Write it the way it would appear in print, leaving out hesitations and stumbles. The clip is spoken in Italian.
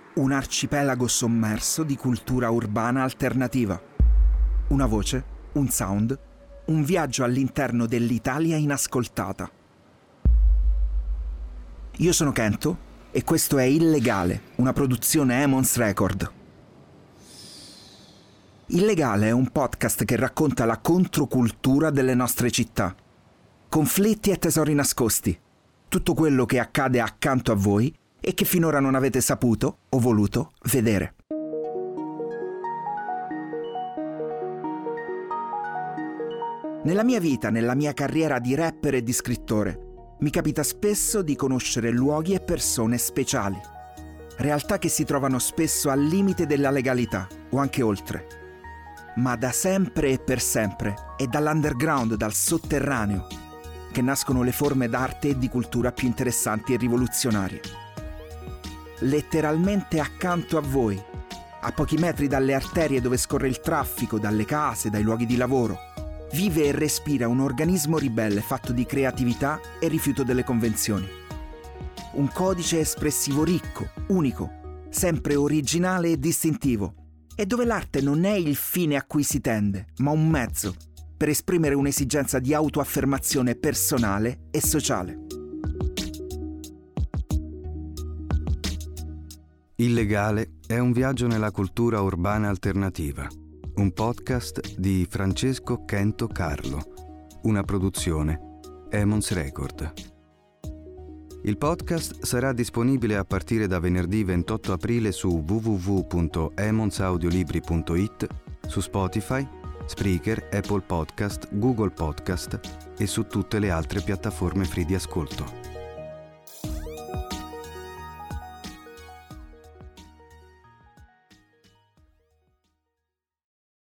Un arcipelago sommerso di cultura urbana alternativa. Una voce, un sound, un viaggio all'interno dell'Italia inascoltata. Io sono Kento e questo è Illegale, una produzione Emons Record. Illegale è un podcast che racconta la controcultura delle nostre città. Conflitti e tesori nascosti. Tutto quello che accade accanto a voi e che finora non avete saputo o voluto vedere. Nella mia vita, nella mia carriera di rapper e di scrittore, mi capita spesso di conoscere luoghi e persone speciali. Realtà che si trovano spesso al limite della legalità o anche oltre. Ma da sempre e per sempre è dall'underground, dal sotterraneo, che nascono le forme d'arte e di cultura più interessanti e rivoluzionarie. Letteralmente accanto a voi, a pochi metri dalle arterie dove scorre il traffico, dalle case, dai luoghi di lavoro, vive e respira un organismo ribelle fatto di creatività e rifiuto delle convenzioni. Un codice espressivo ricco, unico, sempre originale e distintivo, e dove l'arte non è il fine a cui si tende, ma un mezzo per esprimere un'esigenza di autoaffermazione personale e sociale. Illegale è un viaggio nella cultura urbana alternativa, un podcast di Francesco Kento Carlo, una produzione Emons Record. Il podcast sarà disponibile a partire da venerdì 28 aprile su www.emonsaudiolibri.it, su Spotify, Spreaker, Apple Podcast, Google Podcast e su tutte le altre piattaforme free di ascolto.